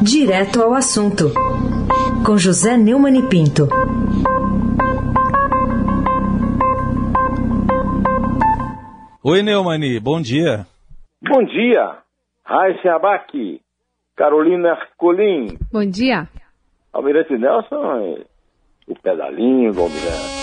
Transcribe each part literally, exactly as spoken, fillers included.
Direto ao assunto, com José Neumann e Pinto. Oi, Neumann, bom dia. Bom dia, Raíssa Abac, Carolina Ercolim. Bom dia. Almirante Nelson, o pedalinho do Almirante.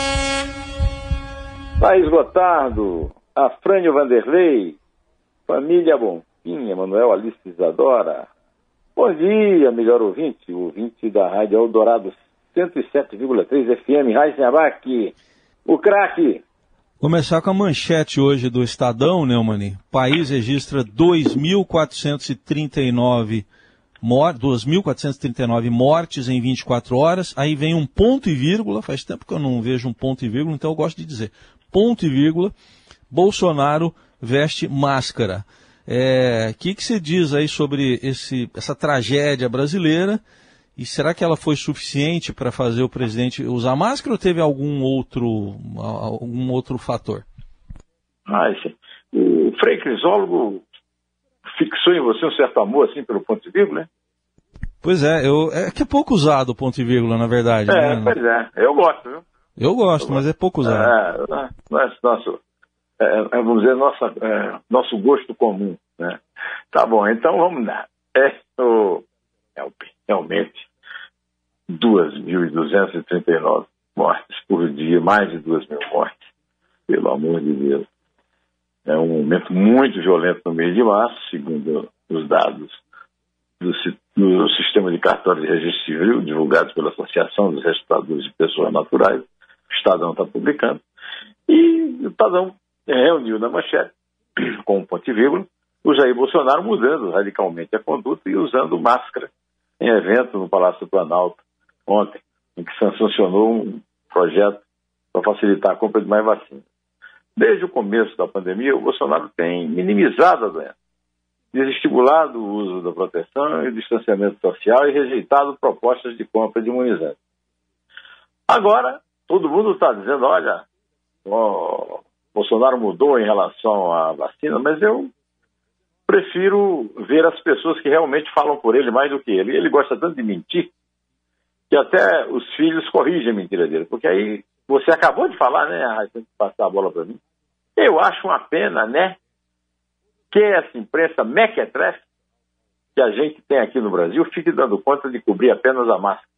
Thaís Gotardo, Afrânio Vanderlei, Família Bonfim, Emanuel Alice Isadora. Bom dia, melhor ouvinte, ouvinte da Rádio Eldorado cento e sete vírgula três F M, Raíssa Abac, o craque. Começar com a manchete hoje do Estadão, Neumann. O país registra dois mil quatrocentos e trinta e nove mor- duas mil quatrocentos e trinta e nove mortes em vinte e quatro horas. Aí vem um ponto e vírgula, faz tempo que eu não vejo um ponto e vírgula, então eu gosto de dizer ponto e vírgula, Bolsonaro veste máscara. O é, que, que você diz aí sobre esse, essa tragédia brasileira? E será que ela foi suficiente para fazer o presidente usar máscara ou teve algum outro, algum outro fator? Ah, sim. O Frei Crisólogo fixou em você um certo amor assim pelo ponto e vírgula, né? Pois é, eu, é que é pouco usado o ponto e vírgula, na verdade. É, né? Pois é, eu gosto, viu? Eu gosto, eu mas gosto. É pouco usado. É, nosso, nosso, é, vamos dizer, nossa, é, nosso gosto comum, né? Tá bom, então vamos lá. É, o, é o, realmente, duas mil duzentos e trinta e nove mortes por dia, mais de duas mil mortes, pelo amor de Deus. É um momento muito violento no mês de março, segundo os dados do, do Sistema de Cartório de Registro Civil, divulgados pela Associação dos Registradores de Pessoas Naturais. O Estadão está publicando. E o Estadão reuniu na manchete, com um ponto e vírgula, o Jair Bolsonaro mudando radicalmente a conduta e usando máscara em evento no Palácio do Planalto ontem, em que sancionou um projeto para facilitar a compra de mais vacinas. Desde o começo da pandemia, o Bolsonaro tem minimizado a doença, desestimulado o uso da proteção e o distanciamento social e rejeitado propostas de compra de imunizantes. Agora, todo mundo está dizendo, olha, o Bolsonaro mudou em relação à vacina, mas eu prefiro ver as pessoas que realmente falam por ele mais do que ele. Ele gosta tanto de mentir que até os filhos corrigem a mentira dele. Porque aí, você acabou de falar, né, a tem que passar a bola para mim. Eu acho uma pena, né, que essa imprensa mequetrefe que a gente tem aqui no Brasil fique dando conta de cobrir apenas a máscara.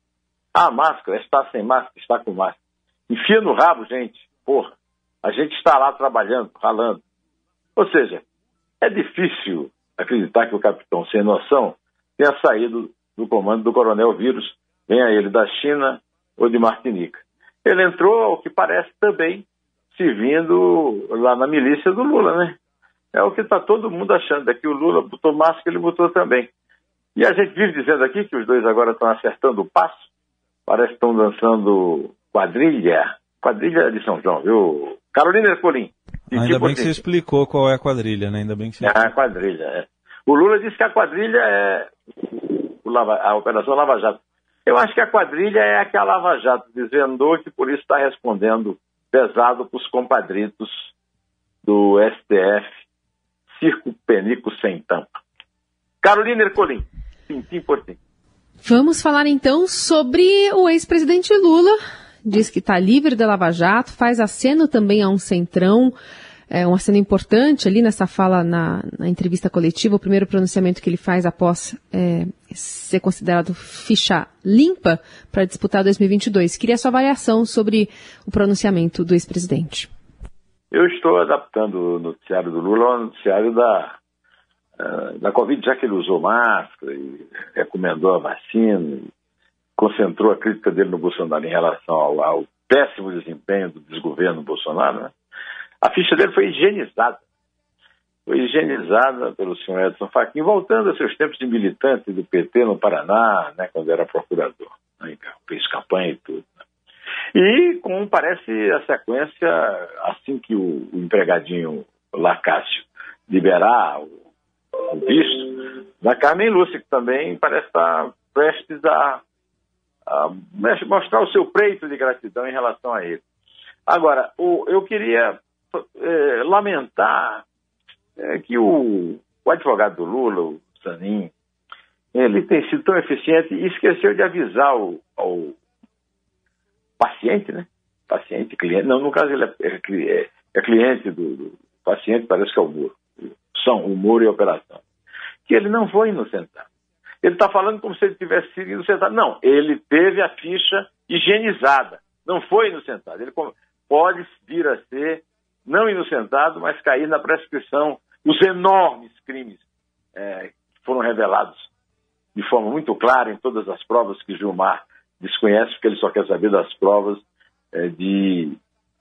A máscara, está sem máscara, está com máscara. Enfia no rabo, gente. Porra, a gente está lá trabalhando, ralando. Ou seja, é difícil acreditar que o capitão sem noção tenha saído do comando do coronel Vírus, venha ele da China ou de Martinica. Ele entrou, ao que parece, também servindo lá na milícia do Lula, né? É o que está todo mundo achando. É que o Lula botou máscara, ele botou também. E a gente vive dizendo aqui que os dois agora estão acertando o passo. Parece que estão dançando quadrilha. Quadrilha de São João, viu? Carolina Ercolim. Ainda bem que você explicou qual é a quadrilha, né? Ainda bem que você... É a quadrilha, é. O Lula disse que a quadrilha é o Lava... a Operação Lava Jato. Eu acho que a quadrilha é a que a Lava Jato desvendou, que por isso está respondendo pesado para os compadritos do S T F, circo penico sem tampa. Carolina Ercolim, tintim por tim. Vamos falar então sobre o ex-presidente Lula. Diz que está livre da Lava Jato, faz aceno também a um centrão, é, um aceno importante ali nessa fala na, na entrevista coletiva, o primeiro pronunciamento que ele faz após é, ser considerado ficha limpa para disputar dois mil e vinte e dois. Queria a sua avaliação sobre o pronunciamento do ex-presidente. Eu estou adaptando o noticiário do Lula ao noticiário da, uh, da Covid, já que ele usou máscara e recomendou a vacina, concentrou a crítica dele no Bolsonaro em relação ao, ao péssimo desempenho do desgoverno Bolsonaro, né? A ficha dele foi higienizada. Foi higienizada pelo senhor Edson Fachin, voltando a seus tempos de militante do P T no Paraná, né, quando era procurador. Né, fez campanha e tudo. Né? E, como parece a sequência, assim que o, o empregadinho Lacácio liberar o, o visto, da Carmen Lúcia, que também parece estar prestes a a mostrar o seu preito de gratidão em relação a ele. Agora, o, eu queria é, lamentar é, que o, o advogado do Lula, o Zanin, ele tem sido tão eficiente e esqueceu de avisar o, ao paciente, né? Paciente, cliente. Não, no caso ele é, é, é cliente do, do paciente, parece que é o Moro. São o Moro e a operação. Que ele não foi inocentado. Ele está falando como se ele tivesse sido inocentado. Não, ele teve a ficha higienizada. Não foi inocentado. Ele pode vir a ser não inocentado, mas cair na prescrição dos enormes crimes é, que foram revelados de forma muito clara em todas as provas que Gilmar desconhece, porque ele só quer saber das provas é, de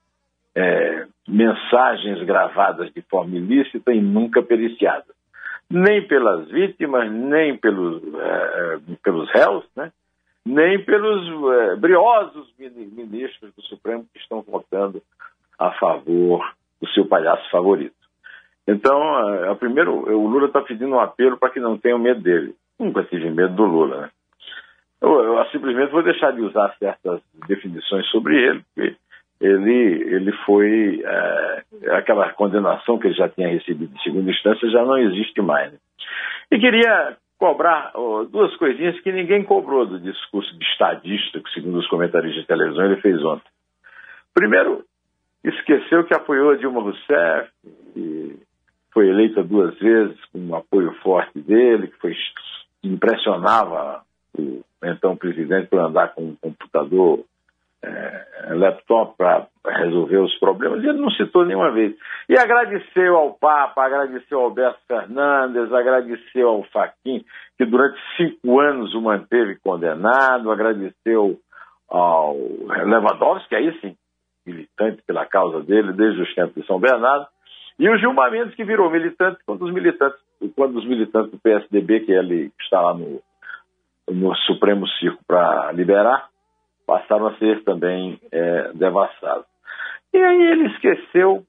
é, mensagens gravadas de forma ilícita e nunca periciadas. Nem pelas vítimas, nem pelos, é, pelos réus, né? Nem pelos é, briosos ministros do Supremo que estão votando a favor do seu palhaço favorito. Então, a, a primeiro, o Lula está pedindo um apelo para que não tenham medo dele. Nunca tive medo do Lula, né? Eu, eu simplesmente vou deixar de usar certas definições sobre ele, porque ele, ele foi... É, aquela condenação que ele já tinha recebido de segunda instância já não existe mais, né? E queria cobrar oh, duas coisinhas que ninguém cobrou do discurso de estadista que, segundo os comentaristas de televisão, ele fez ontem. Primeiro, esqueceu que apoiou a Dilma Rousseff, que foi eleita duas vezes com um apoio forte dele, que, foi, que impressionava o então presidente por andar com um computador, é, laptop para resolver os problemas, e ele não citou nenhuma vez. E agradeceu ao Papa, agradeceu ao Alberto Fernandes, agradeceu ao Fachin, que durante cinco anos o manteve condenado, agradeceu ao Lewandowski, aí sim, militante pela causa dele desde os tempos de São Bernardo, e o Gilmar Mendes, que virou militante quando os militantes, quando os militantes do P S D B, que ele está lá no, no Supremo Circo para liberar, passaram a ser também é, devassados. E aí ele esqueceu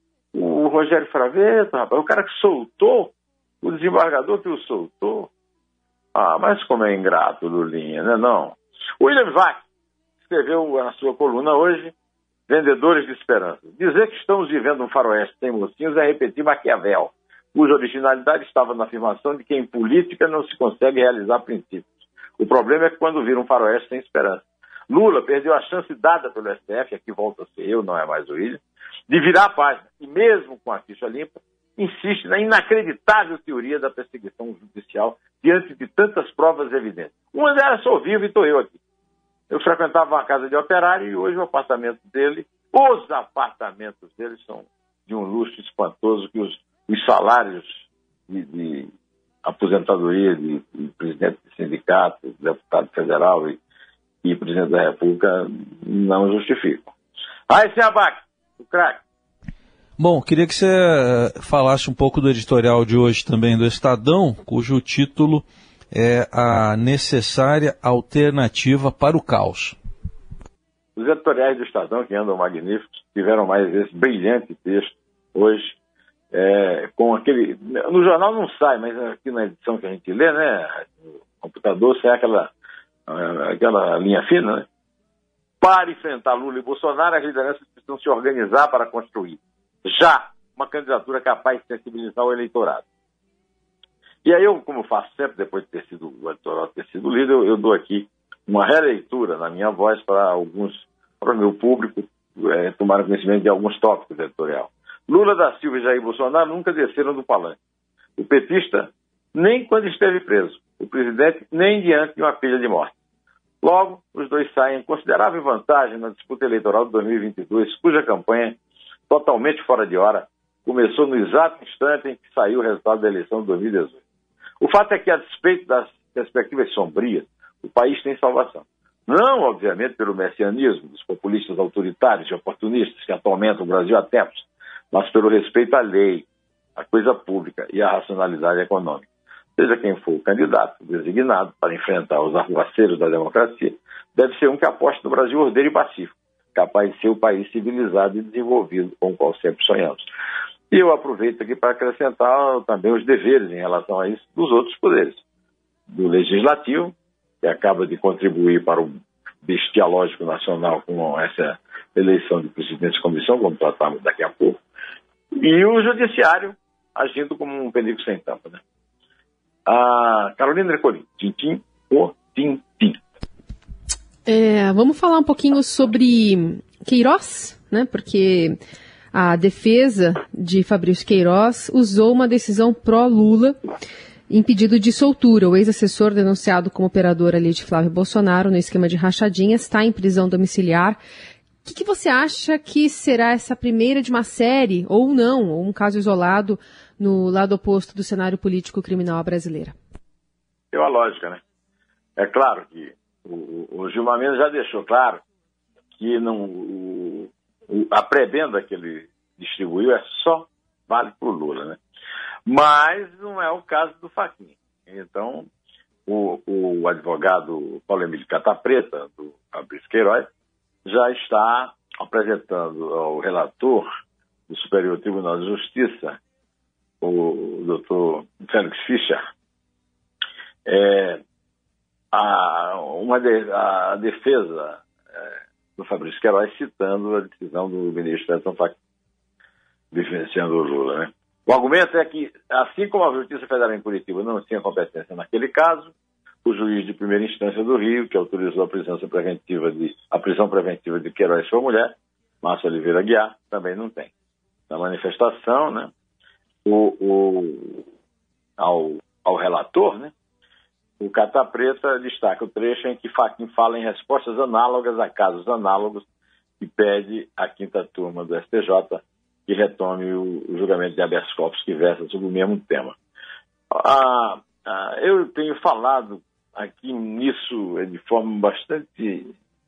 o Rogério Fravetto, rapaz, o cara que soltou, o desembargador que o soltou. Ah, mas como é ingrato, Lulinha, né? Não. O William Vac escreveu na sua coluna hoje, Vendedores de Esperança. Dizer que estamos vivendo um faroeste sem mocinhos é repetir Maquiavel, cuja originalidade estava na afirmação de que em política não se consegue realizar princípios. O problema é que quando vira um faroeste sem esperança. Lula perdeu a chance dada pelo S T F, aqui volta a ser eu, não é mais o William, de virar a página. E mesmo com a ficha limpa, insiste na inacreditável teoria da perseguição judicial diante de tantas provas evidentes. Uma delas sou vivo e estou eu aqui. Eu frequentava uma casa de operário e hoje o apartamento dele, os apartamentos dele são de um luxo espantoso que os, os salários de, de aposentadoria de, de presidente de sindicato, deputado federal e, e presidente da República não justificam. Aí, sem abaque, o craque. Bom, queria que você falasse um pouco do editorial de hoje também do Estadão, cujo título é a necessária alternativa para o caos. Os editoriais do Estadão, que andam magníficos, tiveram mais esse brilhante texto hoje, é, com aquele... No jornal não sai, mas aqui na edição que a gente lê, né, no computador sai aquela, aquela linha fina, né? Para enfrentar Lula e Bolsonaro, as lideranças precisam se organizar para construir já uma candidatura capaz de sensibilizar o eleitorado. E aí eu, como faço sempre, depois de ter sido o editorial ter sido lido, eu, eu dou aqui uma releitura na minha voz para alguns, para o meu público, é, tomar conhecimento de alguns tópicos do editorial. Lula da Silva e Jair Bolsonaro nunca desceram do palanque. O petista, nem quando esteve preso. O presidente, nem diante de uma pilha de morte. Logo, os dois saem em considerável vantagem na disputa eleitoral de dois mil e vinte e dois, cuja campanha, totalmente fora de hora, começou no exato instante em que saiu o resultado da eleição de dois mil e dezoito. O fato é que, a despeito das perspectivas sombrias, o país tem salvação. Não, obviamente, pelo messianismo dos populistas autoritários e oportunistas que atormentam o Brasil há tempos, mas pelo respeito à lei, à coisa pública e à racionalidade econômica. Seja quem for o candidato designado para enfrentar os arruaceiros da democracia, deve ser um que aposte no Brasil ordeiro e pacífico, capaz de ser o país civilizado e desenvolvido com o qual sempre sonhamos. E eu aproveito aqui para acrescentar também os deveres em relação a isso dos outros poderes. Do Legislativo, que acaba de contribuir para o bestialógico nacional com essa eleição de presidente de comissão, como tratamos daqui a pouco, e o Judiciário agindo como um penico sem tampa, né? A Carolina Ercolim, tintim por tintim. É, vamos falar um pouquinho sobre Queiroz, né? Porque a defesa de Fabrício Queiroz usou uma decisão pró-Lula em pedido de soltura. O ex-assessor denunciado como operador ali de Flávio Bolsonaro no esquema de rachadinha está em prisão domiciliar. O que, que você acha que será essa primeira de uma série, ou não, ou um caso isolado no lado oposto do cenário político criminal brasileiro? É a lógica, né? É claro que o, o Gilmar Mendes já deixou claro que não, o, o, a prebenda que ele distribuiu é só vale para o Lula, né? Mas não é o caso do Fachin. Então, o, o advogado Paulo Emílio Catapreta, do Fabrício Queiroz, já está apresentando ao relator do Superior Tribunal de Justiça, o doutor Félix Fischer, é, a, uma de, a defesa é, do Fabrício Queiroz citando a decisão do ministro Edson Fachin, diferenciando o Lula, né? O argumento é que, assim como a Justiça Federal em Curitiba não tinha competência naquele caso, o juiz de primeira instância do Rio, que autorizou a prisão preventiva de, a prisão preventiva de Queiroz e sua mulher, Márcia Oliveira Aguiar, também não tem. Na manifestação, né, o, o, ao, ao relator, né, o Catapreta destaca o trecho em que Fachin fala em respostas análogas a casos análogos e pede à quinta turma do S T J que retome o, o julgamento de habeas corpus que versa sobre o mesmo tema. Ah, ah, eu tenho falado aqui nisso de forma bastante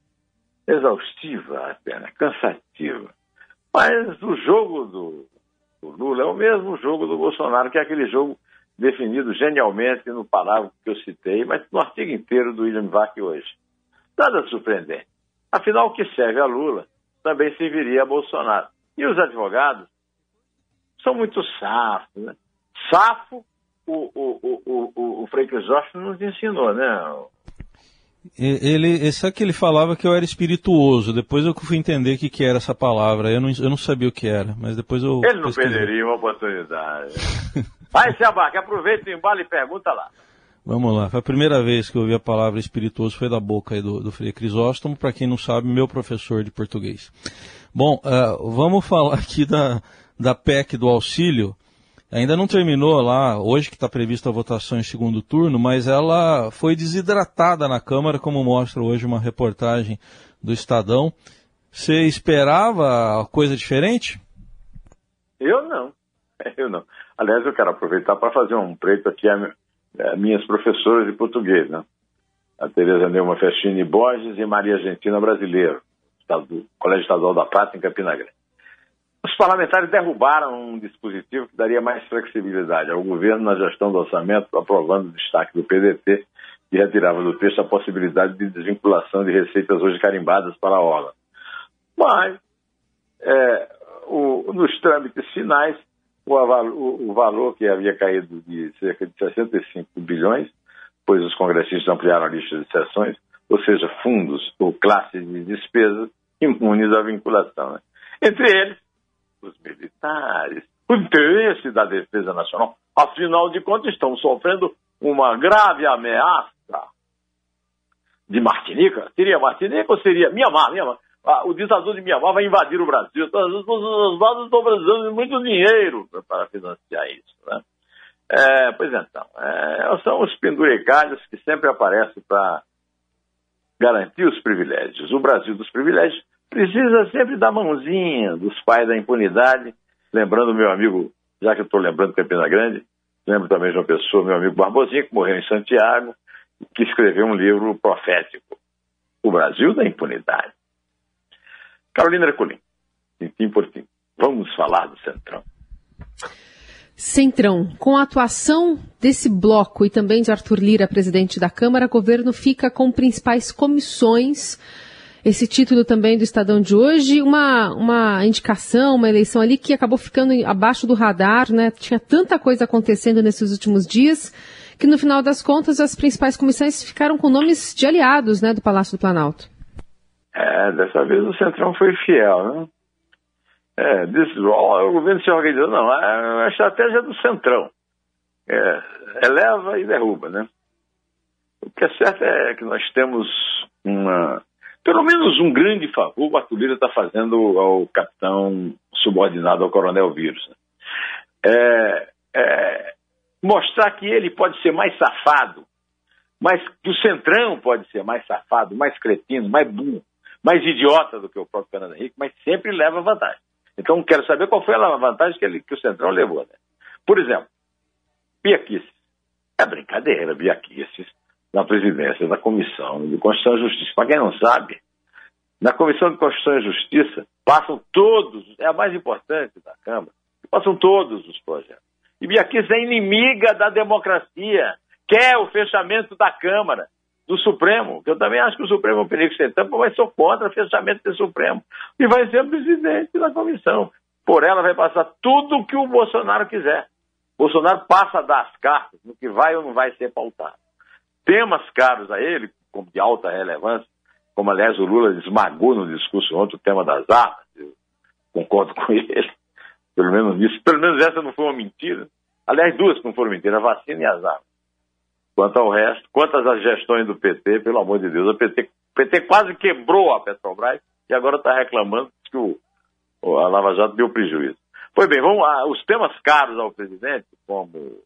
exaustiva, até, né? Cansativa. Mas o jogo do, do Lula é o mesmo jogo do Bolsonaro, que é aquele jogo definido genialmente no parágrafo que eu citei, mas no artigo inteiro do William Vac hoje. Nada surpreendente. Afinal, o que serve a Lula também serviria a Bolsonaro. E os advogados são muito safos, né? Safo, o, o, o, o, o Frei Crisóstomo nos ensinou, né? Ele, sabe que ele falava que eu era espirituoso, depois eu fui entender o que, que era essa palavra, eu não, eu não sabia o que era, mas depois eu... Ele não pesquisei. perderia uma oportunidade. Vai, Seabac, aproveita o embalo e pergunta lá. Vamos lá, foi a primeira vez que eu ouvi a palavra espirituoso, foi da boca aí do, do Frei Crisóstomo, para quem não sabe, meu professor de português. Bom, uh, vamos falar aqui da, da P E C do auxílio. Ainda não terminou lá, hoje que está prevista a votação em segundo turno, mas ela foi desidratada na Câmara, como mostra hoje uma reportagem do Estadão. Você esperava coisa diferente? Eu não, eu não. Aliás, eu quero aproveitar para fazer um preito aqui a, a minhas professoras de português, né? A Tereza Neuma Festini Borges e Maria Argentina Brasileiro, do Colégio Estadual da Prata, em Campina Grande. Os parlamentares derrubaram um dispositivo que daria mais flexibilidade ao governo na gestão do orçamento, aprovando o destaque do P D T, que retirava do texto a possibilidade de desvinculação de receitas hoje carimbadas para a orla. Mas, é, o, nos trâmites finais, o, o, o valor que havia caído de cerca de sessenta e cinco bilhões, pois os congressistas ampliaram a lista de seções, ou seja, fundos ou classes de despesas imunes à vinculação, né? Entre eles, os militares, o interesse da defesa nacional. Afinal de contas, estão sofrendo uma grave ameaça de Martinica. Seria Martinica ou seria Mianmar? Mianmar. Ah, o ditador de Mianmar vai invadir o Brasil. Os lados estão precisando de muito dinheiro para financiar isso, né? É, pois então, é, são os penduricalhos que sempre aparecem para garantir os privilégios. O Brasil dos privilégios precisa sempre da mãozinha dos pais da impunidade. Lembrando o meu amigo, já que eu estou lembrando Campina Grande, lembro também de uma pessoa, meu amigo Barbosinha, que morreu em Santiago, que escreveu um livro profético, O Brasil da Impunidade. Carolina Ercolim, tintim por tintim. Vamos falar do Centrão. Centrão, com a atuação desse bloco e também de Arthur Lira, presidente da Câmara, o governo fica com principais comissões. Esse título também do Estadão de hoje, uma, uma indicação, uma eleição ali que acabou ficando abaixo do radar, né? Tinha tanta coisa acontecendo nesses últimos dias que no final das contas as principais comissões ficaram com nomes de aliados, né, do Palácio do Planalto. É, dessa vez o Centrão foi fiel, né? É, disse, ó, o governo se organizou, não, é a estratégia do Centrão. É, eleva e derruba, né? O que é certo é que nós temos uma, pelo menos um grande favor o Arthur Lira está fazendo ao capitão subordinado ao coronel Vírus. Né? É, é, mostrar que ele pode ser mais safado, mas que o Centrão pode ser mais safado, mais cretino, mais burro, mais idiota do que o próprio Fernando Henrique, mas sempre leva vantagem. Então, quero saber qual foi a vantagem que, ele, que o Centrão levou. Né? Por exemplo, Bia Kicis. É brincadeira, Bia Kicis, na presidência da Comissão de Constituição e Justiça. Para quem não sabe, na Comissão de Constituição e Justiça passam todos, é a mais importante da Câmara, passam todos os projetos. E Bia Kicis é inimiga da democracia, quer o fechamento da Câmara, do Supremo, que eu também acho que o Supremo é um perigo sem tampa, mas sou contra o fechamento do Supremo. E vai ser presidente da comissão. Por ela vai passar tudo o que o Bolsonaro quiser. Bolsonaro passa a dar as cartas no que vai ou não vai ser pautado. Temas caros a ele, como de alta relevância, como aliás o Lula esmagou no discurso ontem, o tema das armas, eu concordo com ele, pelo menos nisso, pelo menos essa não foi uma mentira. Aliás, duas não foram mentiras, a vacina e as armas. Quanto ao resto, quantas as gestões do P T, pelo amor de Deus, o P T, o P T quase quebrou a Petrobras e agora está reclamando que o, a Lava Jato deu prejuízo. Pois bem, vamos a, os temas caros ao presidente, como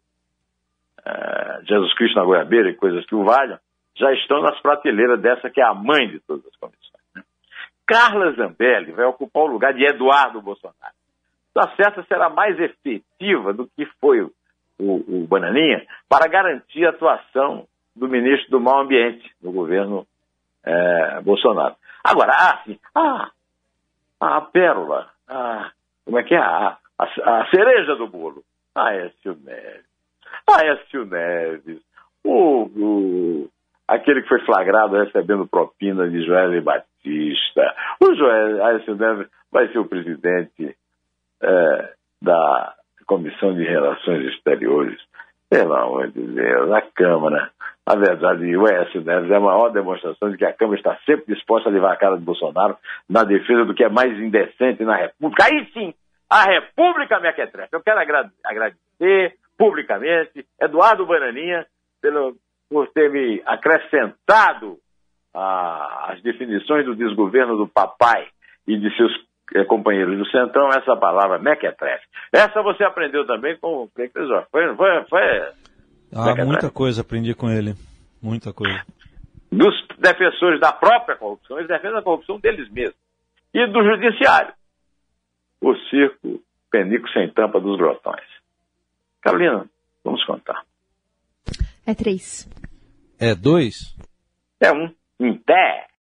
é, Jesus Cristo na goiabeira e coisas que o valham, já estão nas prateleiras dessa que é a mãe de todas as comissões. Né? Carla Zambelli vai ocupar o lugar de Eduardo Bolsonaro. Está certa, será mais efetiva do que foi o O, o Bananinha, para garantir a atuação do ministro do Meio Ambiente no governo é, Bolsonaro. Agora, ah, sim, ah, a pérola, ah, como é que é? A, a, a cereja do bolo. Aécio Neves. Aécio Neves. O, o, aquele que foi flagrado recebendo propina de Joelma Batista. O Joel, Aécio Neves vai ser o presidente é, da Comissão de Relações Exteriores, pelo amor de Deus, a Câmara. Na verdade, o Aécio Neves é a maior demonstração de que a Câmara está sempre disposta a levar a cara de Bolsonaro na defesa do que é mais indecente na República. Aí sim, a República mequetrefe. Eu quero agra- agradecer publicamente Eduardo Bananinha pelo, por ter me acrescentado a, as definições do desgoverno do papai e de seus companheiros do Centrão, essa palavra mequetrefe. Essa você aprendeu também com o Frei Crisóstomo. Foi, foi, foi Ah, mequetrefe. Muita coisa aprendi com ele. Muita coisa. Dos defensores da própria corrupção, eles defendem a corrupção deles mesmos. E do judiciário. O circo penico sem tampa dos grotões. Carolina, vamos contar. É três. É dois? É um. Em pé.